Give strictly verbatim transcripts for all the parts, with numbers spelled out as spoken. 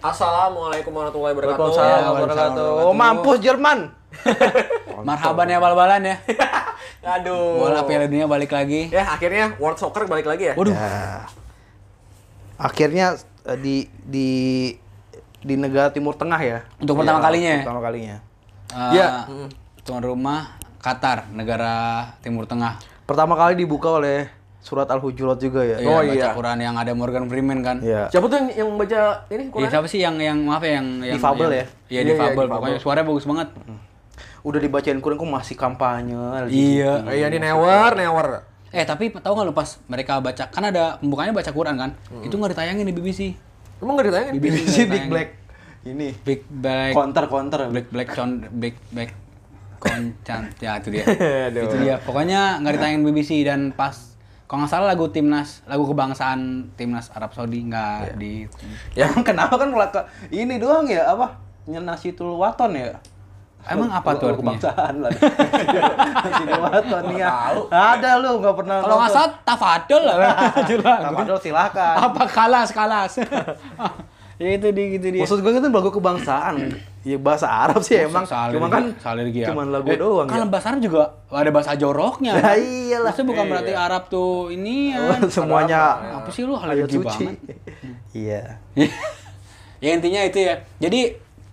Assalamualaikum warahmatullahi wabarakatuh. Waalaikumsalam warahmatullahi wabarakatuh. Oh, mampus Jerman. Marhaban ya bal-balan ya. Aduh. Bola Piala Dunia balik lagi. Ya, akhirnya World Soccer balik lagi ya. Waduh. Ya. Akhirnya eh, di di di negara Timur Tengah ya. Untuk pertama Ya, kalinya ya? Pertama kalinya. Uh, Ya. Tuan rumah Qatar, negara Timur Tengah. Pertama kali dibuka oleh surat Al-Hujurat juga ya. Oh, baca iya. Quran yang ada Morgan Freeman kan. Iya. Siapa tuh yang, yang baca ini Iya, Quran? siapa sih yang yang maaf ya yang yang Difabel yang- ya? Iya, Iya, difabel. iya, difabel. Pokoknya suaranya bagus banget. Udah dibacain Quran kok masih kampanye. L G B T. Iya. Oh, iya, ini never, never. Eh, tapi tahu nggak lu pas mereka baca kan ada pembukaannya baca Quran kan? Itu nggak ditayangin di B B C. Emang nggak ditanya? B B B B C Big ditayangin. Black. Ini Big Black counter counter. Black Black Con Big Black Koncan ya itu dia. Aduh. Itu dia. Pokoknya nggak ditayangin B B C dan pas kalau nggak salah lagu timnas, lagu kebangsaan timnas Arab Saudi nggak di. Ya kenapa kan melaka ini doang ya apa? Nyenasitul Waton ya. Emang apa tuh artinya? Kebangsaan lah. Nyenasitul Waton ya. Tahu. Ada lu nggak pernah. Kalau nggak salah tafadol lah. Tamadol silakan. Apa kalas kalas. Ya itu di gitu dia. Maksud gue itu lagu kebangsaan. Ya bahasa Arab sih emang. Salir Cuma dia, kan salir dia. cuman lagu Eh, doang kan ya. bahasa Arab juga ada bahasa joroknya. Ya kan? iyalah. Maksudnya bukan Iya. berarti Arab tuh ini ya. Oh, semuanya Apa sih lu ayat alergi suci. banget. Iya. Ya intinya itu ya. Jadi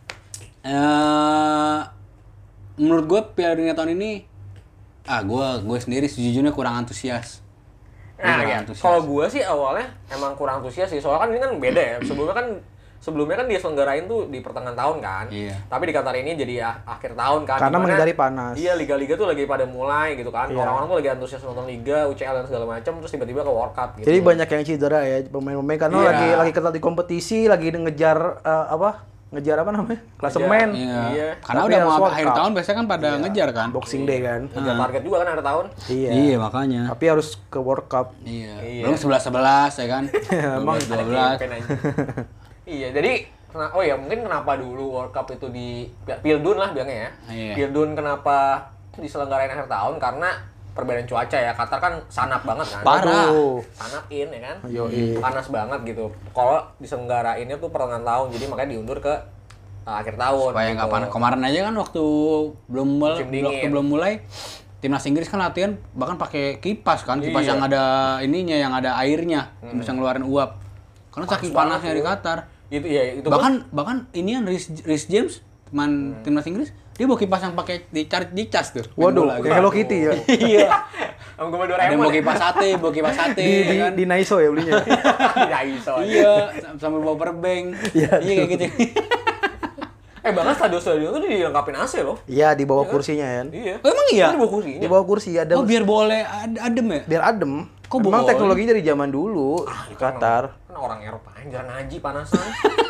eh menurut gue Piala Dunia tahun ini ah gue gue sendiri sejujurnya kurang antusias. Gua Nah, kurang ya. antusias. Kalau gue sih awalnya emang kurang antusias sih. Soalnya kan ini kan beda ya. Sebelumnya kan sebelumnya kan dia selenggarain tuh di pertengahan tahun kan. Iya. Tapi di Qatar ini jadi ah- akhir tahun kan. Karena Dimana- menghindari panas. Iya, liga-liga tuh lagi pada mulai gitu kan. Iya. Orang-orang tuh lagi antusias nonton liga, U C L dan segala macam, terus tiba-tiba ke World Cup gitu. Jadi banyak yang cedera ya pemain-pemain karena Iya. lagi lagi ketat di kompetisi, lagi ngejar eh, apa? Ngejar apa namanya? Klasemen. Iya. Iya. Karena Tapi udah harus mau World akhir Cup. tahun biasanya kan pada ngejar kan. Boxing Day kan. Ngejar target juga kan akhir tahun. Iya. Iya makanya. Tapi harus ke World Cup. Iya. Iya. Belum sebelas sebelas ya kan. Emang dua Ada belas. campaign aja. Iya, jadi kena- oh ya mungkin kenapa dulu World Cup itu di Pildun lah bilangnya ya. Iya. Pildun kenapa diselenggarain akhir tahun karena perbedaan cuaca ya. Qatar kan sanap banget kan. Parah. Aduh. Sanapin ya kan. Yoi. Panas banget gitu. Kalau diselenggarainnya tuh pertengahan tahun, jadi makanya diundur ke uh, akhir tahun. Supaya gitu. nggak panas. Kemarin aja kan waktu belum mulai, Musim dingin. waktu belum mulai timnas Inggris kan latihan bahkan pakai kipas kan, kipas Iya. yang ada ininya, yang ada airnya, yang bisa ngeluarin uap. Karena saking banget panasnya tuh. di Qatar. Itu ya itu bahkan bahkan ini kan Rhys Rhys James pemain timnas Inggris, dia bawa kipas yang pakai dicari dicas tuh. main Waduh, bola kayak gitu. Hello Kitty ya. Iya. Sama gue Ada yang Doraemon. bawa kipas sate, bawa kipas sate di, di, ya kan. di Naiso ya belinya. Tidak iso. Iya, sambil bawa powerbank. Iya, Iya kayak gitu. Eh bahkan stadion-stadion tuh dilengkapin A C loh. Iya, di bawah kursinya kan. Iya. Oh, emang iya? Di bawah kursinya. Di bawah kursi ada Oh, biar boleh ad- adem ya? biar adem. Kok Memang boleh? teknologinya dari zaman dulu di Qatar. Kan orang Eropa aja jarang ngaji panasan.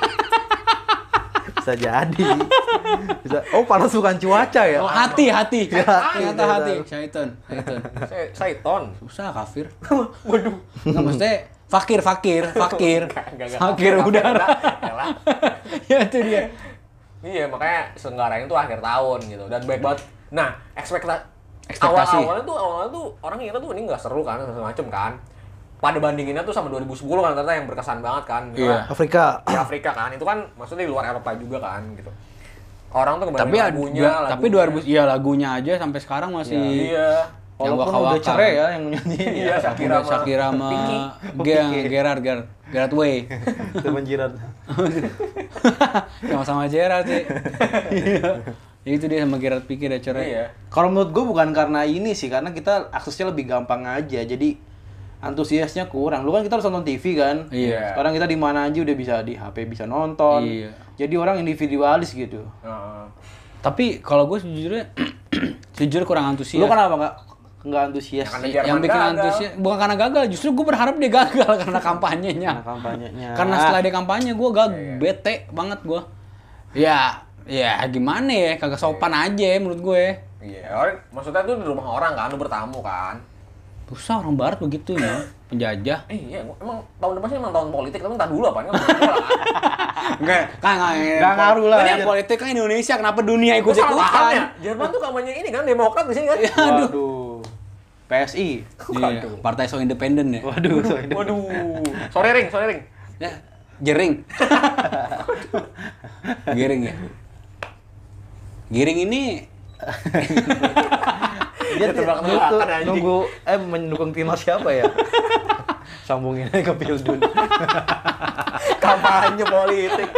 Bisa jadi. Bisa. Oh, panas bukan cuaca ya? Oh, hati, hati. Ya, hati, Ternyata ternyata. hati. Syaiton, syaiton. Saya Saiton. Susah kafir. Waduh. Nggak maksudnya fakir, fakir, fakir. Enggak, enggak. Fakir udara. Yalah. Ya itu dia. Iya, makanya selenggarain itu akhir tahun gitu. Dan baik banget. Nah, ekspektasi Ekspektasi. awal-awalnya tuh awalnya tuh orang ngira tuh ini nggak seru kan segala macem kan. Pada bandinginnya tuh sama dua ribu sepuluh kan ternyata yang berkesan banget kan. Iya. Afrika. Di Afrika kan. Itu kan maksudnya di luar Eropa juga kan gitu. Orang tuh kembali Tapi ada lagunya, juga, lagunya. tapi dua ribu iya lagunya aja sampai sekarang masih Iya. yang Walaupun waka-waka. udah cerai ya yang nyanyi. Iya, Shakira Udah sama Shakira sama Pinky. Ge- Gerard Gerard Gerard Way. Itu menjirat. Sama-sama Gerard sih. Iya. Ya itu dia sama Gerard Pique udah cerai. Iya. Kalau menurut gue bukan karena ini sih, karena kita aksesnya lebih gampang aja. Jadi antusiasnya kurang. Lu kan kita harus nonton T V kan? Iya. Sekarang kita di mana aja udah bisa di H P bisa nonton. Iya. Jadi orang individualis gitu. Heeh. Tapi kalau gue sejujurnya jujur kurang antusias. Lu kenapa nggak nggak antusias? Ya kan, yang Jerman bikin gagal. antusias bukan karena gagal, justru gue berharap dia gagal karena kampanyenya. Karena kampanyenya. Karena setelah dia kampanye gue gak bete banget gue. Ya, ya gimana ya, kagak sopan aja menurut gue. Iya, orang- maksudnya tuh di rumah orang kan, lu bertamu kan. Susah orang barat begitu ya, penjajah. Eh, iya, emang tahun depan sih emang tahun politik, tapi entar dulu apa kan? Bola kan. Enggak, kan enggak Nggak ngaruh lah. Ini politik kan Indonesia, kenapa dunia Gua salah paham ya. ikut-ikutan? Jerman tuh kampanye ini kan Demokrat di sini kan. Waduh. P S I. Iya, partai so independen ya. Waduh. Waduh. Sorry ring, sorry ring. Ya, jering. Giring ya. Giring ini Dia Dia tuh tebak-tebakan, nunggu, anjing. nunggu eh mendukung timnas siapa ya? Sambungin aja ke Pildun. Kampanye politik.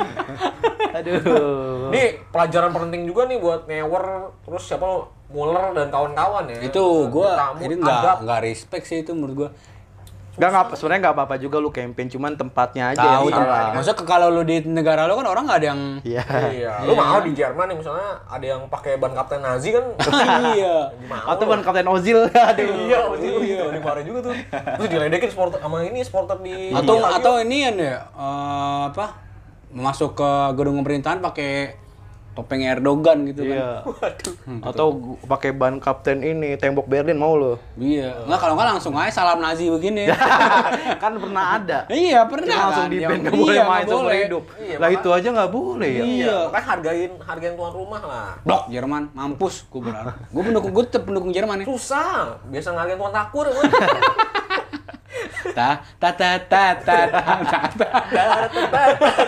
Aduh. Ini pelajaran penting juga nih buat Neuer, terus siapa lo, Muller dan kawan-kawan ya. itu gua Tamu, ini adab. nggak nggak respect sih itu menurut gua. Enggak enggak sebenarnya enggak apa-apa juga lu campaign, cuman tempatnya aja Tahu yang tuh. salah. Maksudnya ke- kalau lu di negara lu kan orang nggak ada yang Iya. Iya, lu mau di Jerman nih misalnya ada yang pakai ban kapten Nazi kan. iya. Gimana? Atau ban Kapten Ozil. Aduh. Iya, waktu itu gitu, dimarahin juga tuh. Terus diledekin supporter sama ini supporter di Atau Stadion. atau ini ya eh, apa? Masuk ke gedung pemerintahan pakai topeng Erdogan gitu kan. Iya. Atau gu- pakai ban Kapten ini tembok Berlin mau lo. Iya. Nggak kalau nggak langsung aja salam Nazi begini. Kan pernah ada. iya, pernah Cuma langsung kan. di Yang- ban nggak iya, boleh main nggak seumur boleh. hidup. Iya, Lah maka- itu aja nggak boleh ya. Iya, Iya. makanya hargain hargain tuan rumah lah. Blok Jerman, mampus gue berharap. Gue pendukung gue tetap pendukung Jerman nih. Susah, biasa ngargain tuan takur emang. Ta ta ta ta ta ta ta.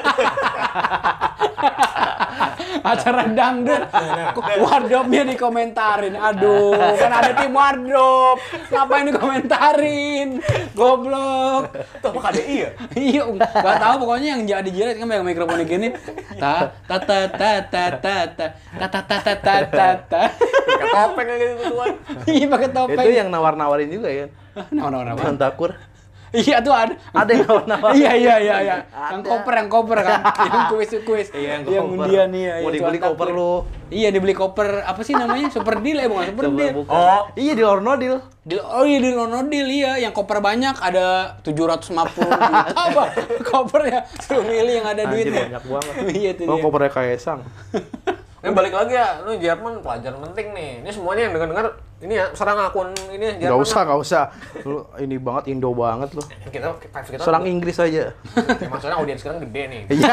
Acara dangdut, wardrobe-nya dikomentarin. Aduh, kan ada tim wardrobe. Ngapain dikomentarin? Goblok. Itu apa K D I ya? Iya, nggak tahu pokoknya yang jadi jilat kan megang mikrofon gini. Ta ta ta ta ta ta ta ta ta ta ta ta ta ta. Pakai topeng kayak gitu tuan. Iya pakai topeng. Itu yang nawar-nawarin juga ya. Nama-nama apa? Ban Takur. Iya tuh ada. Ada yang nawar-nawarin. Iya iya iya iya. Yang Ada. koper yang koper kan. Yang kuis kuis. Iya, yang Yang koper. undian iya. Mau iya, dibeli cuan koper takdir. lu. Iya dibeli koper apa sih namanya? Super deal ya bukan super Coba deal. buka. Oh. Iya di Lornodil. Di, oh iya di Lonodil iya, yang koper banyak ada tujuh ratus lima puluh juta apa? Kopernya suruh milih yang ada Anjir duitnya. banyak banget. Iya itu Oh dia. kopernya Kaisang. Ini balik lagi ya, lu Jerman pelajaran penting nih. Ini semuanya yang dengar-dengar ini ya serang akun ini Gak Jerman. usah, gak usah. Lu ini banget Indo banget lu. Kita kita kita Serang Inggris aja. Ya, maksudnya audiens sekarang gede nih. Iya.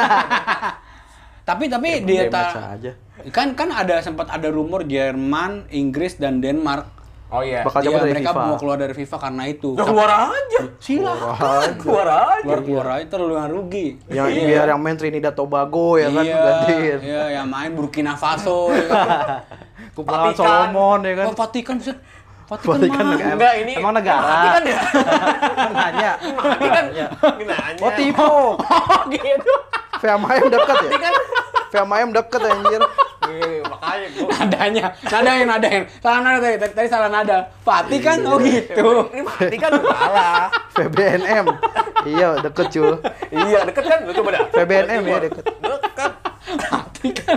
Tapi tapi Dia dia baca ta- aja. kan kan ada sempat ada rumor Jerman, Inggris dan Denmark. Oh iya. Bakal Iya, cabut dari mereka FIFA. mau keluar dari FIFA karena itu. Ya keluar aja. Silakan. Keluar aja. Keluar keluar aja terlalu rugi. Yang biar yang main Trinidad Tobago ya kan iya, gantiin. iya, yang main Burkina Faso ya kan. Kepulauan Vatikan. Solomon ya kan. Oh, Vatikan buset. Vatikan, Vatikan mana? negara. Enggak ini. Emang negara. Mati kan ya? Kan nanya. Mati kan. Gimana? Oh tipe. Oh, gitu. V M I M deket ya? kan? V M I M deket anjir. Iya, makanya gua. Nadanya, nadain, nadain. Salah nada tadi, tadi, tadi salah nada. Vatikan, oh gitu. Ini mati kan salah. V B N M. Iya deket cul. Iya, deket kan? Lu coba dah. V B N M ya deket. Deket. Vatikan.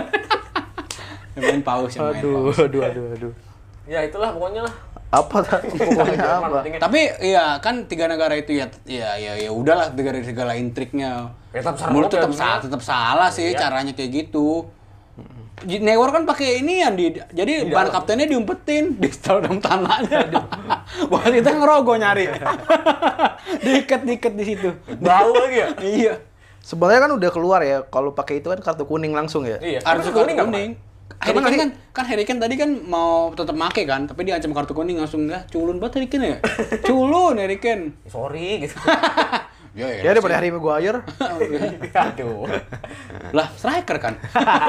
Yang main paus, yang main Aduh, paus. aduh, aduh, aduh. Ya itulah pokoknya lah. Apa tak? Pokoknya Jerman apa? pentingnya. Tapi iya kan tiga negara itu ya ya ya ya udahlah negara segala intriknya. Ya, tetap salah Menurut ya, tetap dunia. salah, tetap salah sih Iya. caranya kayak gitu. Neuer kan pakai ini yang di jadi Di ban dalam. kaptennya diumpetin di dalam tanahnya. Buat kita ngerogoh nyari. Diikat-diikat di situ. Bau lagi ya? Iya. Sebenarnya kan udah keluar ya. Kalau pakai itu kan kartu kuning langsung ya. Iya. Kartu Tapi kuning nggak kuning. apa-apa. Harry Cuman Kane nanti- kan kan Harry Kane tadi kan mau tetap make kan, tapi diancam kartu kuning langsung dah culun banget Harry Kane ya. Culun Harry Kane. Sorry gitu. Ya Ya daripada Harry Maguire. Aduh. Lah, striker kan.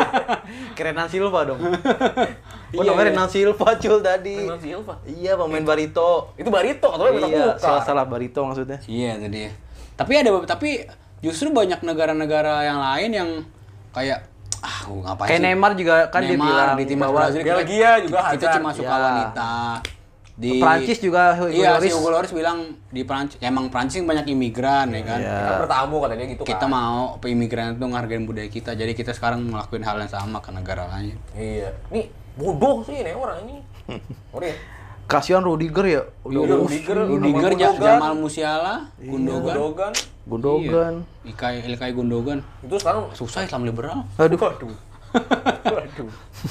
Kerenan Silva dong. Oh, Iya, namanya iya. Renan Silva cul tadi. Renan Silva. Iya, pemain Barito. Itu Barito atau minta Iya, tukar. salah salah Barito maksudnya. Iya tadi. Tapi ada tapi justru banyak negara-negara yang lain yang kayak ah gua ngapain Kayak sih? Neymar juga kan dia Neymar bilang di timnas bahwa Brazil Belgia juga kita Hazard. cuma suka Ya. wanita. Di Prancis juga Hugo Iya, si Lloris. Hugo Lloris bilang di Prancis emang Prancis banyak imigran ya kan. Iya. Kan bertamu katanya gitu Kita kan. mau imigran itu ngargain budaya kita. Jadi kita sekarang ngelakuin hal yang sama ke negara lain. Iya. Nih bodoh sih Neuer ini. Sorry ya. Kasihan Rudiger ya. Iya, Udah Rudiger, Rudiger, sama Ja- Gundogan. Jamal Musiala, Gundogan. Gundogan. Gundogan. Iya. Ilkay Ilkay Gundogan. Itu sekarang Susah Islam liberal. Aduh. Waduh. Waduh.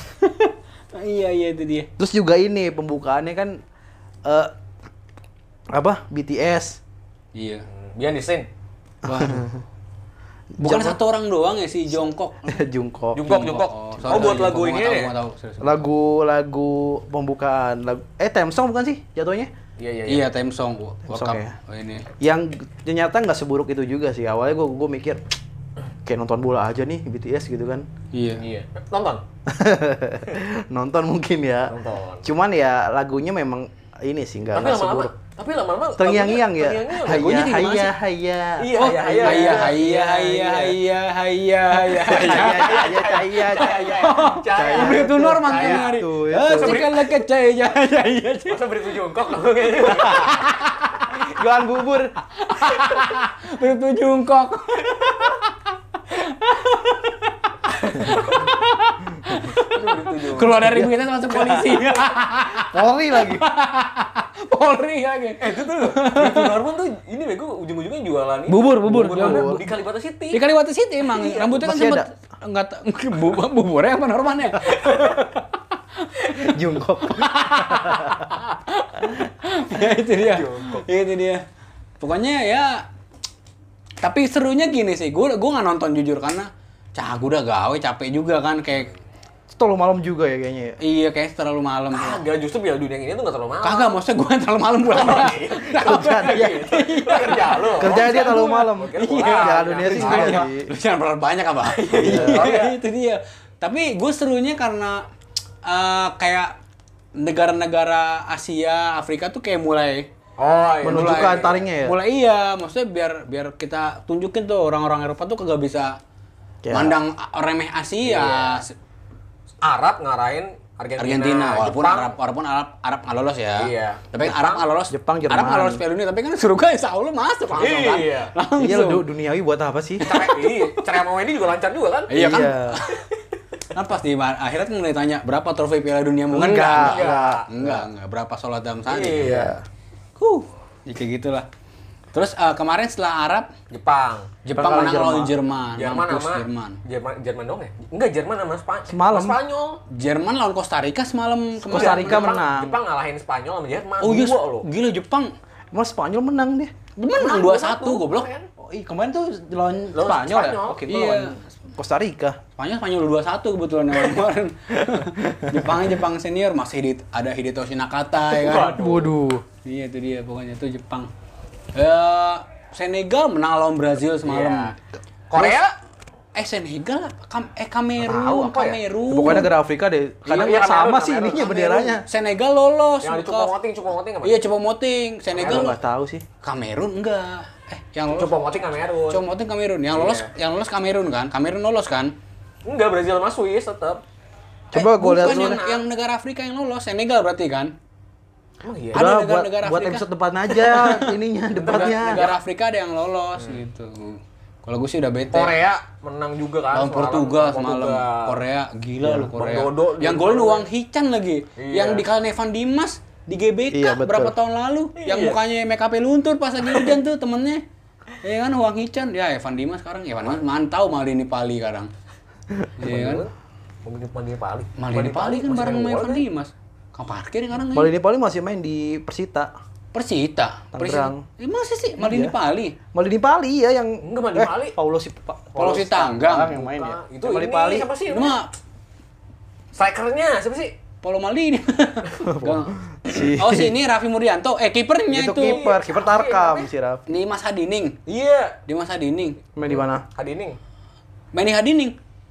Iya iya itu dia. Terus juga ini pembukaannya kan eh apa? B T S. Iya. Biar Scene. Waduh. Bukan satu orang doang ya si Jongkok. Jungkook. Jungkook, Jungkook. sorry, Oh, buat sorry, lagu Jungkook. ini Nggak tahu, ya? nggak tahu, serius. Lagu-lagu pembukaan. Lagu eh theme song bukan sih jatuhnya? Iya, iya, Iya, time song World song Cup ya. oh, ini. Yang ternyata nggak seburuk itu juga sih. Awalnya gue gue mikir kayak nonton bola aja nih B T S gitu kan. Iya. Iya. Nonton. Nonton mungkin ya. Nonton. Cuman ya lagunya memang ini sih nggak Tapi nggak lama-lama, seburuk. tapi lama-lama Terngiang-ngiang ya. terngiang-ngiang. Lagunya Hayya kayak gimana hayya sih? hayya. Iya, Oh, iya, hayya iya, hayya hayya hayya hayya hayya hayya. Cahaya cahaya cahaya. Cahaya. Itu normal kan Cahaya. hari. Tuh, Ah, itu. sekali ke cahaya cahaya. Masa beritu jongkok kayaknya. Jualan bubur. Itu jungkok. Keluar dari kita masuk polisi. Polri lagi. Polri lagi. Eh itu tuh, Beritu Norman tuh ini bego ujung-ujungnya jualan ini. Bubur, bubur. Bubur, di Kalibata City. Di Kalibata City emang rambutnya kan masih sempet enggak bu- buburnya apa Normannya? Jungkok. Ya itu dia. Itu dia. Pokoknya ya tapi serunya gini sih. Gue gue nggak nonton jujur karena cah gue udah gawe capek juga kan kayak Terlalu malam juga ya kayaknya ya. iya kayak terlalu malam. Kagak, justru Piala Dunia ini tuh nggak terlalu mahal. Kagak, maksudnya gue terlalu malam pulang. Kerja dia. Lah kerja lo. Kerja dia terlalu malam. Iya. Piala dunia sih enggak Iya. sih. Lu jangan berapa banyak apa? Iya. Itu dia. Tapi gue serunya karena eh, kayak negara-negara Asia, Afrika tuh kayak mulai Oh iya. Menunjukkan taringnya ya. mulai iya, maksudnya biar biar kita tunjukin tuh orang-orang Eropa tuh kagak bisa Ya. mandang remeh Asia. Arab ngarahin Argentina, Argentina, walaupun Jepang. Arab, walaupun Arab, Arab nggak lolos ya. Iya. Tapi Jepang, Arab nggak lolos. Jepang, Jerman. Arab nggak lolos Piala Dunia, tapi kan surga insya Allah masuk langsung kan. Iya. Langsung. Iya lu duniawi buat apa sih? Cerai, iya, cerai sama Wendy juga lancar juga kan? Iya kan? Iya. Kan pas di akhirat kan mulai tanya berapa trofi Piala Dunia mu? Enggak, enggak, enggak. enggak, enggak. Berapa sholat dalam sehari? Iya. Huh, ya kayak gitulah. Terus eh, kemarin setelah Arab, Jepang. Jepang kalah menang lawan Jerman. Jerman. Jerman Mampus sama Jerman. Jerman Jerman dong ya? Enggak, Jerman sama Spanyol. Semalam. Spanyol. Jerman lawan Costa Rica semalam kemarin. Costa Rica Jepang- menang. Jepang ngalahin Spanyol sama Jerman. Oh iya, Dua loh. gila Jepang. Emang Spanyol menang deh. Menang dua satu goblok. Keren. Oh iya kemarin tuh lawan Lawan Spanyol ya? Spanyol. Oke, Iya. lawan Costa Rica. Spanyol Spanyol dua satu kebetulan yang kemarin. Jepangnya Jepang senior masih Hidit, ada Hidetoshi Nakata ya kan. Waduh. Iya itu dia pokoknya itu Jepang. Eh Senegal menang lawan Brazil semalam. Iya. Korea? Eh Senegal apa? Kam eh Tahu Kamerun, apa ya? Kamerun. Pokoknya negara Afrika deh. Kadang Iya, Kamerun, sama sih Kamerun, ininya Kamerun. benderanya. Senegal lolos. Yang di ke- Cupomoting, Cupomoting apa? Iya, Cupomoting. Senegal Enggak tahu sih. Kamerun enggak. Eh, yang lolos Cupomoting Kamerun. Cupomoting Kamerun. Yang lolos Iya. yang lolos Kamerun kan? Kamerun lolos kan? Enggak, Brazil sama Swiss tetap. Coba Eh, gua lihat bukan dulu yang, deh. yang negara Afrika yang lolos, Senegal berarti kan? Emang iya. Ada Udah buat negara-negara buat Afrika. episode depan aja ininya Negara, debatnya. negara Afrika ada yang lolos gitu. Kalau gue sih udah bete. Korea menang juga kan Lawan semalam. Portugal Lawan semalam. Portugal. Korea gila Iya, lu Korea. Bang Dodo Yang juga golin golin. Wang Hichan lagi. Iya. Yang dikalahin Evan Dimas di G B K Iya, betul. berapa tahun lalu. Yang Iya. mukanya make up luntur pas lagi hujan tuh temennya. Iya kan Wang Hichan. Ya Evan Dimas sekarang Evan Dimas mantau Maldini Pali sekarang. Iya kan? Maldini Maldini Pali. Maldini Pali kan masih bareng main sama bola Evan kan? Dimas. Kamu parkir sekarang Malah ini paling masih main di Persita. Persita. Tangerang. Persita. Eh, masa sih Maldini Iya. Pali? Maldini Pali ya yang Enggak, Maldini eh, Pali. Paulo si pa, Paulo Sitanggang. yang main ya. Itu Maldini ini Pali. siapa sih? Itu mah Strikernya siapa sih? Polo Maldini. Enggak. Oh si ini Raffi Murdianto. Eh kipernya Itu itu. kiper, kiper Tarkam si Raf. Di Mas Hadining. Iya. Di Mas Hadining. Main di mana? Hadining. Main di Hadining.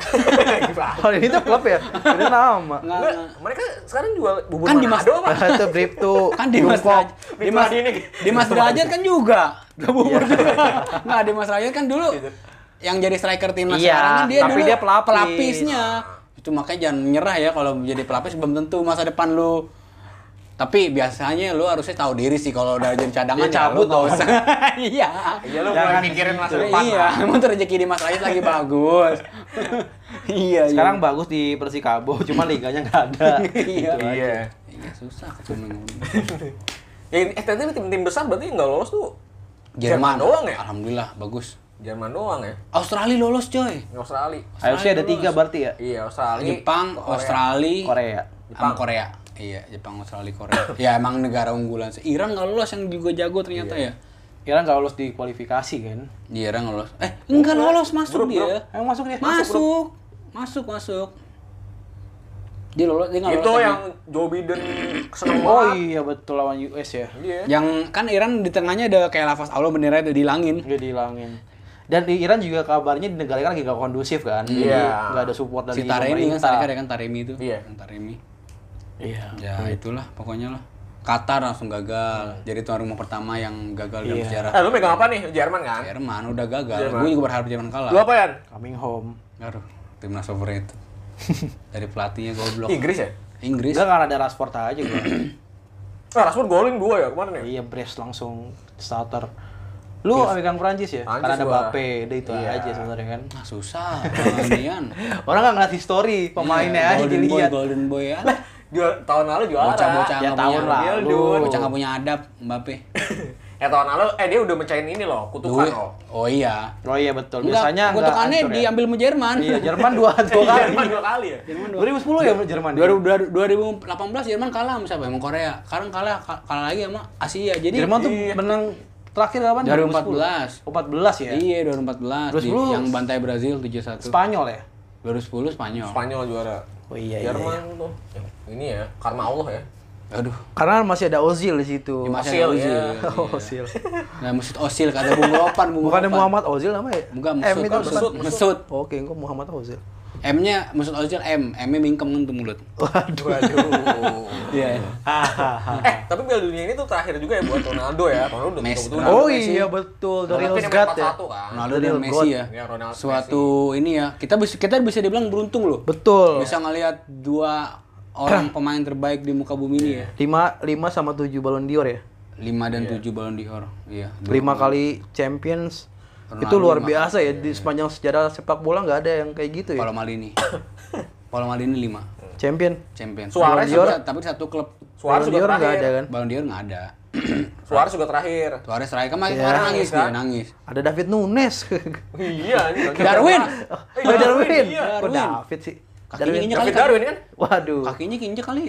Oh, ini tuh klub ya? Itu nama. Enggak, Enggak, enggak. mereka sekarang jual bubur Kan di Mas- Manado apa? Itu brief tuh. Kan di Mas Jungkook. Derajat. Di Mas Hadining. di Mas Derajat kan juga. Gak bubur juga. Enggak, di Mas Derajat kan dulu yang jadi striker timnas Iya, sekarang kan dia tapi dulu dia pelapis. pelapisnya. Itu makanya jangan menyerah ya kalau jadi pelapis belum tentu masa depan lu. Tapi biasanya lu harusnya tahu diri sih kalau udah jadi cadangan Ya, cabut lu nggak dong. usah. Iya. Iya lu Jangan mulai mikirin masa depan. Iya, lah. emang tuh rezeki di Mas Rais lagi bagus. Iya, Sekarang bagus di Persikabo, cuma liganya nggak ada. iya. Gitu aja. Iya. Iya, susah ketemu. Eh, eh ternyata tim-tim besar berarti nggak lolos tuh Jerman doang ya? Alhamdulillah bagus. Jerman doang ya? Australia lolos coy. Australia. A F C ada tiga berarti ya? Iya, Australia. Jepang, Korea. Australia, Korea. sama Korea. Iya, Jepang, Australia, Korea. Ya emang negara unggulan. Iran nggak lolos yang juga jago ternyata ya. Kira nggak lolos di kualifikasi kan? Iya, Iran lolos. Eh, enggak lolos masuk Grup, dia. grup. Emang masuk dia? Masuk. Masuk, masuk. Dia lolos, dia nggak lolos. Itu lagi. yang Joe Biden seneng Oh banget. iya betul lawan U S ya. Iya. Yang kan Iran di tengahnya ada kayak lafaz Allah benderanya udah dihilangin. Nggak dihilangin. Dan di Iran juga kabarnya di negara lagi gak kondusif kan. Jadi Iya. nggak ada support dari Si Taremi kan, pemerintah. tadi kan Taremi itu. Iya. Yang Taremi. Iya. Ya itulah pokoknya lah. Qatar langsung gagal. Jadi tuan rumah pertama yang gagal dalam Iya. sejarah. Eh, lu megang apa nih? Jerman kan? Jerman udah gagal. Jerman. Gue juga berharap Jerman kalah. Lu apa, Yan? Coming home. Aduh, timnas overrated. Dari pelatihnya goblok. Inggris ya? Inggris. Enggak, kan ada Rashford aja gua. Ah, Rashford golin dua ya kemarin ya? Iya, Brest langsung starter. Lu megang Prancis ya? Prancis Karena ada gua. Mbappe, udah itu Iya. aja sebenarnya kan. Ah, susah. Pertandingan. Orang nggak ngeliat history pemainnya aja Golden boy, dilihat. golden boy ya. Jual, tahun lalu juara. Bocah-bocah Ya, nggak tahun punya- lalu. Bocah- Bocah nggak punya adab, Mbappe. Eh tahun lalu, eh dia udah mecahin ini loh, kutukan Duit. loh. Oh iya. Oh iya betul. Enggak, Biasanya enggak kutukannya hancur ya. diambil sama Jerman. Iya, Jerman dua dua kali. Jerman dua kali ya? dua ribu sepuluh ya Jerman. dua ribu dua ribu delapan belas Jerman kalah sama siapa? Sama Korea. Sekarang kalah kalah lagi sama Asia. Jadi Jerman tuh Iya. menang terakhir kapan? dua ribu empat belas. Oh, empat belas ya. Iya, dua ribu empat belas dua ribu sepuluh. di, yang bantai Brazil tujuh satu. Spanyol ya. dua ribu sepuluh Spanyol. Spanyol juara. Oh iya iya. Jerman tuh. Ya, ini ya, karma Allah ya. Aduh. Karena masih ada Ozil di situ. Ya, masih ada Osil, Ozil. ya. Iya. Ozil. Nah, Mesut Ozil kata Bung Ropan, Bung Bukannya Ropan. Muhammad Ozil namanya? Bukan, M Mesut. itu Mesut, Mesut. Mesut. Oke, kok Muhammad Ozil. M-nya Mesut Ozil M, M-nya mingkem kan tuh mulut. Waduh. Waduh. Iya. eh, tapi Piala Dunia ini tuh terakhir juga ya buat Ronaldo ya. Ronaldo udah Messi. betul-betul. Oh Messi. iya betul, The Real Ronaldo ini main God empat ya. satu kan. Ronaldo Real dan Messi God. ya. Ya, Ronaldo, Suatu ini ya, kita bisa kita bisa dibilang beruntung loh. Betul. Bisa ngelihat dua orang pemain terbaik di muka bumi ini ya. lima lima sama tujuh Ballon d'Or ya. lima dan tujuh Ballon d'Or. Iya. lima kali Champions. Ronaldo Itu luar lima biasa ya di sepanjang sejarah sepak bola nggak ada yang kayak gitu ya. Paulo Maldini. Paulo Maldini lima Champion. champion. Suarez Ballon d'Or, juga. tapi satu klub. Suarez Ballon juga d'Or nggak terakhir. ada kan. Ballon d'Or nggak ada. Suarez juga terakhir. Suarez terakhir kemarin Iya. kemarin nangis Kan? dia, nangis. Ada David Nunes. Iya, ini Darwin. Eh, Oh, Darwin. Iya. Kok Darwin. David sih? Kakinya Darwin. injek David kali. Darwin kan? Waduh. Kakinya kinjek kali.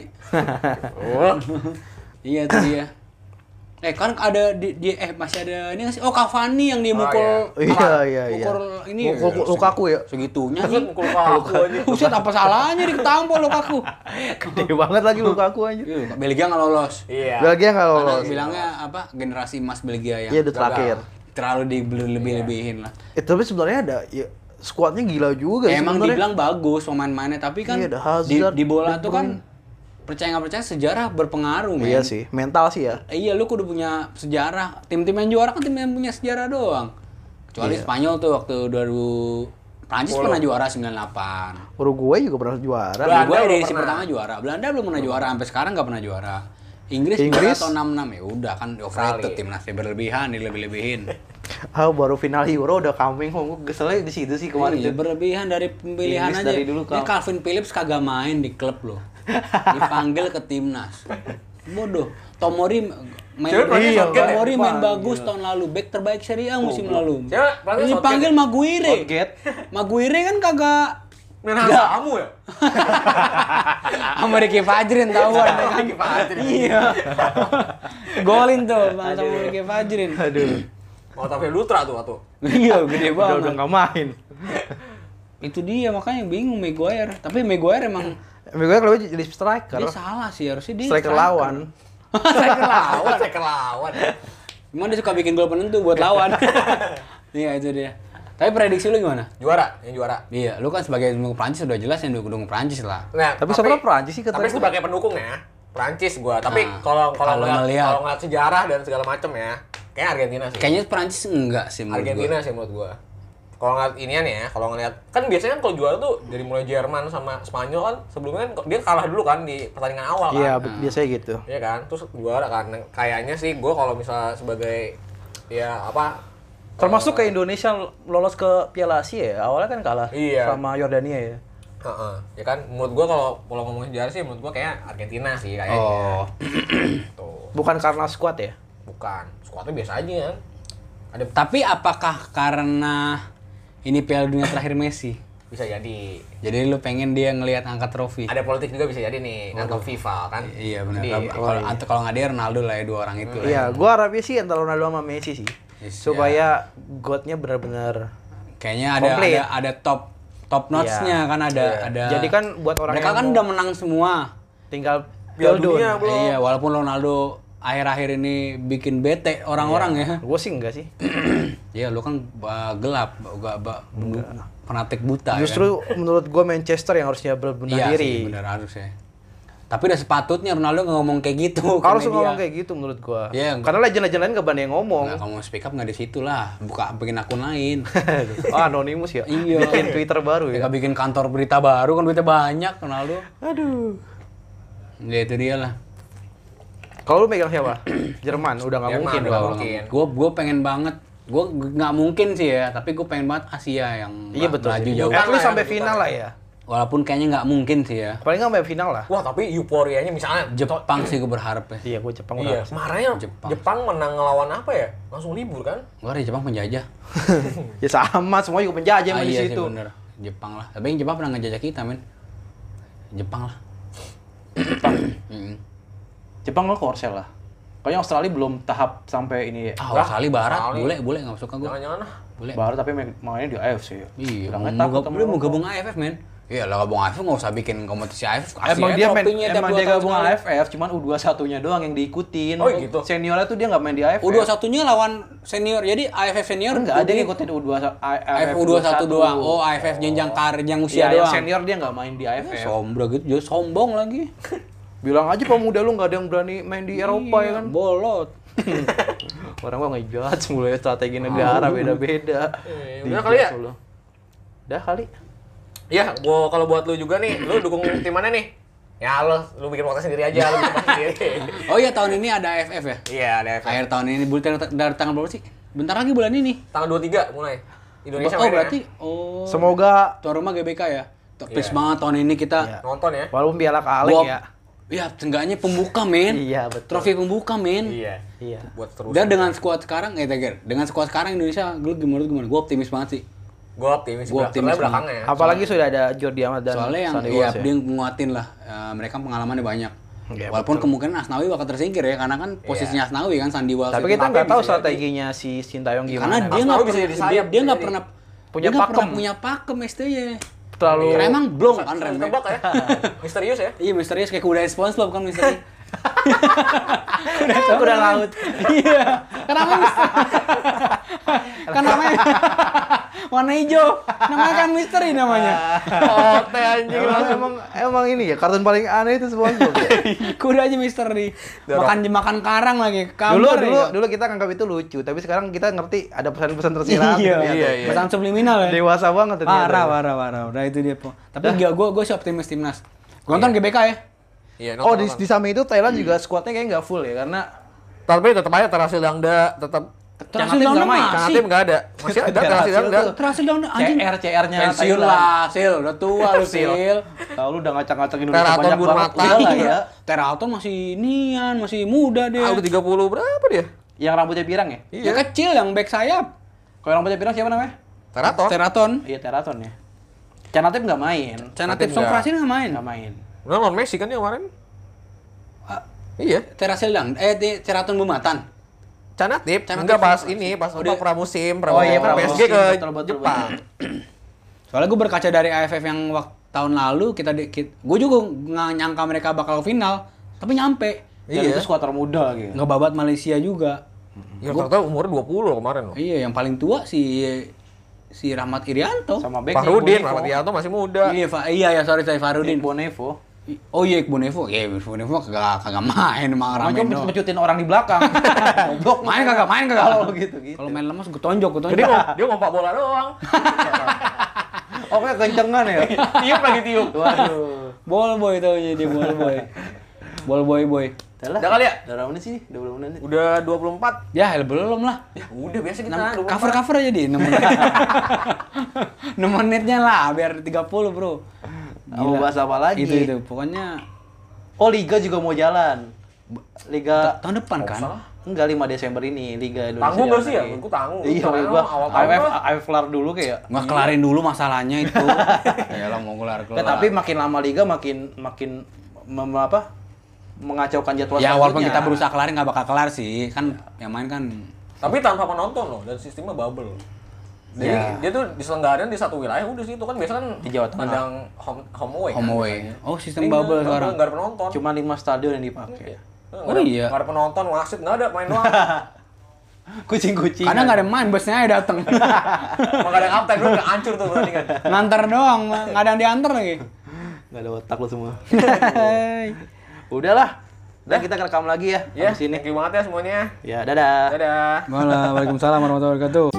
Oh. Iya itu dia. Eh kan ada di, di eh masih ada ini nggak sih? Oh Cavani yang dia Oh, mukul. iya. apa? Iya, iya, iya. Mukul ini. Mukul Lukaku ya? Segitunya Kan sih. mukul aku aja. Buset apa salahnya ditampol Lukaku? Gede banget lagi Lukaku aja. Iya, Belgia nggak lolos. Iya. Belgia nggak Karena lolos. bilangnya apa? Generasi emas Belgia yang Iya, udah terakhir. terlalu dilebih-lebihin lah. Eh, tapi sebenarnya ada ya skuadnya gila juga sih Emang sebenarnya. dibilang bagus pemain-mainnya, tapi kan Iya, ada di, Hazard, di bola De tuh kan Bruyne. percaya nggak percaya sejarah berpengaruh, men. Iya sih, mental sih ya. Eh, iya, lu kudu punya sejarah. Tim-tim yang juara kan tim yang punya sejarah doang. Kecuali Iya. Spanyol tuh waktu dua ribu Prancis pernah juara sembilan puluh delapan. Uruguay juga pernah juara. Belanda Uruguay belum edisi pernah. pertama juara. Belanda belum pernah juara sampai sekarang nggak pernah juara. Inggris, Inggris? juara tahun enam puluh enam ya udah kan overrated Kali. timnasnya berlebihan, dilebih-lebihin. Ah, baru final Euro udah coming home. Gue keselnya di situ sih kemarin. Iya, tuh. berlebihan dari pemilihan Inggris aja. dari dulu, Ini Kak. Calvin Phillips kagak main di klub loh. Dipanggil ke timnas. Bodoh. Tomori main Cewek pelatih Iya, Southgate ya? Tomori main Dipanggil. bagus tahun lalu, back terbaik Serie A musim lalu. Cewek pelatih Ini Southgate dipanggil ya? Maguire. Southgate. Maguire kan kagak Main kamu ya? sama Ricky Fajrin tahuan ya kan. Ricky Fajrin. Iya. Golin tuh sama Ricky Fajrin. Aduh. Mau Taufik Dutra tuh waktu. Iya, gede Udah udah banget. nggak main. Itu dia makanya bingung Maguire. Tapi Maguire emang Gue kalau jadi striker. dia salah sih, harusnya dia Striker lawan. striker lawan. Saya kelawan. Gimana dia suka bikin gol penentu buat lawan. Iya itu dia. Tapi prediksi lu gimana? Juara, yang juara. Iya, lu kan sebagai pendukung Prancis udah jelas yang dukung Prancis lah. Nah, Tapi sebenarnya Prancis sih Tapi katanya. sebagai pendukung ya, Prancis gua. Tapi Nah, kalau kalau kalau ngeliat, ngeliat- kalau ngeliat sejarah dan segala macem ya, kayak Argentina sih. Kayaknya Prancis enggak sih menurut Argentina gua. sih menurut gua. Kalau ngeliat inian ya, kalau ngeliat kan biasanya kan kalau juara tuh dari mulai Jerman sama Spanyol kan sebelumnya kan dia kalah dulu kan di pertandingan awal kan. Iya, bi- biasanya gitu. Iya kan, terus juara kan. Kayaknya sih gua kalau misalnya sebagai ya apa Termasuk ke Indonesia lolos ke Piala Asia ya. Awalnya kan kalah Iya. sama Yordania ya. Heeh. Ya kan menurut gua kalau kalau ngomongin sejarah sih menurut gua kayak Argentina sih kayaknya. Oh. Tuh. Bukan karena skuad ya. Bukan. Skuadnya biasa aja kan. Ada Tapi apakah karena ini Piala Dunia terakhir Messi? bisa jadi. Jadi lu pengen dia ngelihat angkat trofi? Ada politik juga bisa jadi nih, atau FIFA kan. Iya benar. Jadi, Kalau atau kalau nggak dia Ronaldo lah ya, dua orang itu. lah. Iya, gua harapnya sih antara Ronaldo sama Messi sih. Yes, Supaya godnya benar-benar. Kayaknya ada Komplit. ada ada top top notch-nya kan ada Iya. ada. Jadi kan buat orang mereka yang kan mau udah menang semua. tinggal Piala build Dunia on. belum. Iya, walaupun Ronaldo akhir-akhir ini bikin bete orang-orang ya. Gue sih enggak sih. Iya, lu kan uh, gelap, gak ba, fanatik buta. Justru kan? menurut gue Manchester yang harusnya berbenah Iya diri. sih, bener harusnya. Tapi udah sepatutnya Ronaldo nggak ngomong kayak gitu. Harus ke media. ngomong kayak gitu menurut gue. Iya, Karena legend-legend lain gak berani yang ngomong. Nggak, kalau mau speak up nggak di situ lah, buka bikin akun lain. Oh, anonimus ya? Iya. Bikin Twitter baru ya? Mereka bikin kantor berita baru kan berita banyak Ronaldo. Aduh. Ya itu dia lah. Kalau lu megang siapa? Jerman, udah gak Jerman, mungkin udah dong. mungkin. Gue gue pengen banget. Gue nggak mungkin sih ya, tapi gue pengen banget Asia yang Iya betul. maju sih. jauh. At least lah ya, sampai rebutan final ya. lah ya. Walaupun kayaknya nggak mungkin sih ya. Paling nggak sampai final lah. Wah, tapi euforianya misalnya Jepang sih gue berharap ya. Iya, gue Jepang Iya, udah. kemarin Jepang. Jepang. menang ngelawan apa ya? Langsung libur kan? Gue dari Jepang penjajah. Ya sama, semua juga penjajah Ah, di iya sih situ. bener. Jepang lah. Tapi yang Jepang pernah ngejajah kita men. Jepang lah. Mm. Jepang lo Korsel lah. Kayaknya Australia belum tahap sampai ini ya. Ah, Lah, Australia Barat, Australia. boleh, boleh nggak suka gue. Jangan-jangan ah. Boleh. Baru tapi main- mainnya di A F C ya. Iya, Udah mau, nggak mau, takut gab- sama dia mau Hongkong. gabung A F F men. Iya lah gabung A F F nggak usah bikin kompetisi A F F. kasih Emang aja dia main, tropinya tiap emang dua dia tahun gabung sekali. A F F, cuman U dua puluh satunya doang yang diikutin. Oh, gitu? Seniornya tuh dia nggak main di A F F. U dua puluh satunya lawan senior, jadi A F F senior Enggak ada yang ngikutin U dua puluh satu. A F F U dua puluh satu doang. Oh, A F F jenjang karir, jenjang usia Iya, yang doang. senior dia nggak main di A F F. Sombong gitu, jadi sombong lagi. Bilang aja pemuda lu nggak ada yang berani main di Eropa ya kan. Bolot. Orang gua ngejudge mulai strategi negara beda-beda. Eh, Di udah kali ya? Solo. Udah kali. Ya, gua kalau buat lu juga nih, lu dukung tim mana nih? Ya lo, lu bikin podcast sendiri aja, lu bikin podcast sendiri. Oh iya tahun ini ada A F F ya? Iya, ada Akhir tahun ini bulan dari tanggal berapa sih? Bentar lagi bulan ini. tanggal dua puluh tiga mulai. Indonesia Oh mainnya. berarti oh Semoga tuan rumah G B K ya. Please Iya. banget tahun ini kita Iya. nonton ya. walaupun piala kaleng Gua- ya. Ya, seenggaknya pembuka men. Iya, betul. Trofi pembuka men. Iya. Iya. Buat terus. Dan dengan skuad sekarang, eh Tiger, dengan skuad sekarang Indonesia, lu gimana gimana? Gue optimis banget sih. Gua optimis, Gua gua optimis belakangnya ya. Apalagi sudah ada Jordi Amat dan Soalnya yang Sandy iya, Walsh ya. dia nguatin lah. Eh, mereka pengalamannya banyak. Iya, Walaupun kemungkinan Asnawi bakal tersingkir ya, karena kan posisinya Asnawi kan Sandy Walsh. Tapi itu. kita Mbappe nggak tahu bisa strateginya si Sintayong karena gimana. dia Asnawi nggak bisa pernah jadi dia sayap, dia nggak bisa pernah Punya dia nggak pernah pakem. punya pakem S T Y. terlalu Karena emang belum kan Saling Rem. tebak ya. Misterius ya. Iya misterius kayak kuda SpongeBob kan misteri. kuda laut. Iya. Kenapa misteri? Kan namanya warna hijau. Namanya kan misteri namanya. Oh, teh anjing emang, emang emang ini ya kartun paling aneh itu SpongeBob ya. Kuda aja misteri. Makan makan karang lagi. Dulu Kamar dulu ya. dulu kita nganggap itu lucu, tapi sekarang kita ngerti ada pesan-pesan tersirat. Iya, ternyata. iya, iya. Pesan subliminal ya. Dewasa banget ternyata. Parah, parah, parah. Udah itu dia, Po. Tapi gua gua gua sih optimis timnas. Gua nonton G B K ya. Iya, Oh, nonton, di, nonton. di samping itu Thailand juga skuadnya kayaknya nggak full ya karena Tapi tetap aja Terasil Dangda tetap Terasil Jangan tim Dangda nggak main. masih. Karena tim enggak ada. Masih ada Terasil Terasil Dangda. tuh. Terasil Dangda anjing. C R C R-nya Pensiun lah, Sil. Udah tua lu, Sil. Tahu lu udah ngacak-ngacak Indonesia Teraton banyak banget. Burmata. Udah lah ya. Teraton masih nian, masih muda dia. Ah, udah tiga puluh berapa dia? Yang rambutnya pirang ya? Yang kecil yang back sayap. Kalau yang rambutnya pirang siapa namanya? Teraton. Teraton. Iya, Teraton ya. Canatip nggak main. Canatip Nanti Song enggak. Frasin nggak main. Nggak main. Udah lawan Messi kan dia kemarin? Ah, Iya. Terasil Dangda, eh di- Teraton Bumatan. Canatip, Canatip enggak pas sama- ini, pas Oh, apa dia- pramusim, Oh, iya, pramusim P S G pramusim. ke Betul, betul, Jepang. Soalnya gue berkaca dari A F F yang waktu tahun lalu kita gue juga nggak nyangka mereka bakal final, tapi nyampe. Dan Iya. itu skuad termuda gitu. Ngebabat Malaysia juga. Ya ternyata umurnya dua puluh loh kemarin loh. Iya, yang paling tua si si Rahmat Irianto. Sama back Fahrudin, Rahmat Irianto masih muda. Iya, Fa- iya ya sorry saya Farudin. Bonevo. Oh iya Iqbal Nevo, ya Iqbal Nevo kagak kagak main emang Cuma ramen doang. mencutin orang di belakang. Goblok. Main kagak, main kagak. Kalau gitu gitu. Kalau main lemas gue tonjok, gue tonjok. Jadi ngom- dia ngompak bola doang. Oke, kencengan ya. Tiup lagi tiup. Waduh. Ball boy tau jadi ball boy. Ball boy boy. Udah Udah kali ya? Udah berapa menit sih? dua puluh menit. Udah dua puluh empat. Ya hell, belum lah. Ya udah biasa kita Enam- cover cover aja di enam menit. enam menitnya lah biar tiga puluh bro. Mau bahas apa lagi? Itu itu pokoknya Oh, Liga juga mau jalan. Liga tahun depan kan. salah. enggak lima Desember ini Liga Indonesia. Tanggung nggak jalan sih ya? lagi. Menurutku tanggung. Iya, Karena menurut gua awal A tahun F F lah. A F F kelar dulu kayak. Nggak kelarin dulu masalahnya itu. Ya lah mau kelar kelar. Ya, tapi makin lama Liga makin makin mem- apa? Mengacaukan jadwal ya walaupun selanjutnya. kita berusaha kelarin nggak bakal kelar sih. Kan yang main kan Tapi tanpa penonton loh dan sistemnya bubble. Jadi Ya. dia tuh diselenggarain di satu wilayah udah sih itu kan biasa kan Di Jawa Tengah. Mandang home, home away. home kan away. biasanya. Oh sistem Ini bubble nggak- sekarang. Nggak ada penonton. Cuma lima stadion yang dipakai. Nggak Oh ada- iya. Nggak ada penonton wasit nggak ada main doang. Kucing-kucing. Kadang nggak ada main, bosnya aja dateng. Emang gak ada kapten, lu udah hancur tuh pertandingan. Nganter doang, nggak ada yang diantar lagi. Nggak ada otak lo semua. Udahlah. Dan kita rekam lagi ya. Ya, Abis ini. thank you banget ya semuanya. Ya, dadah. Dadah. Waalaikumsalam warahmatullahi wabarakatuh.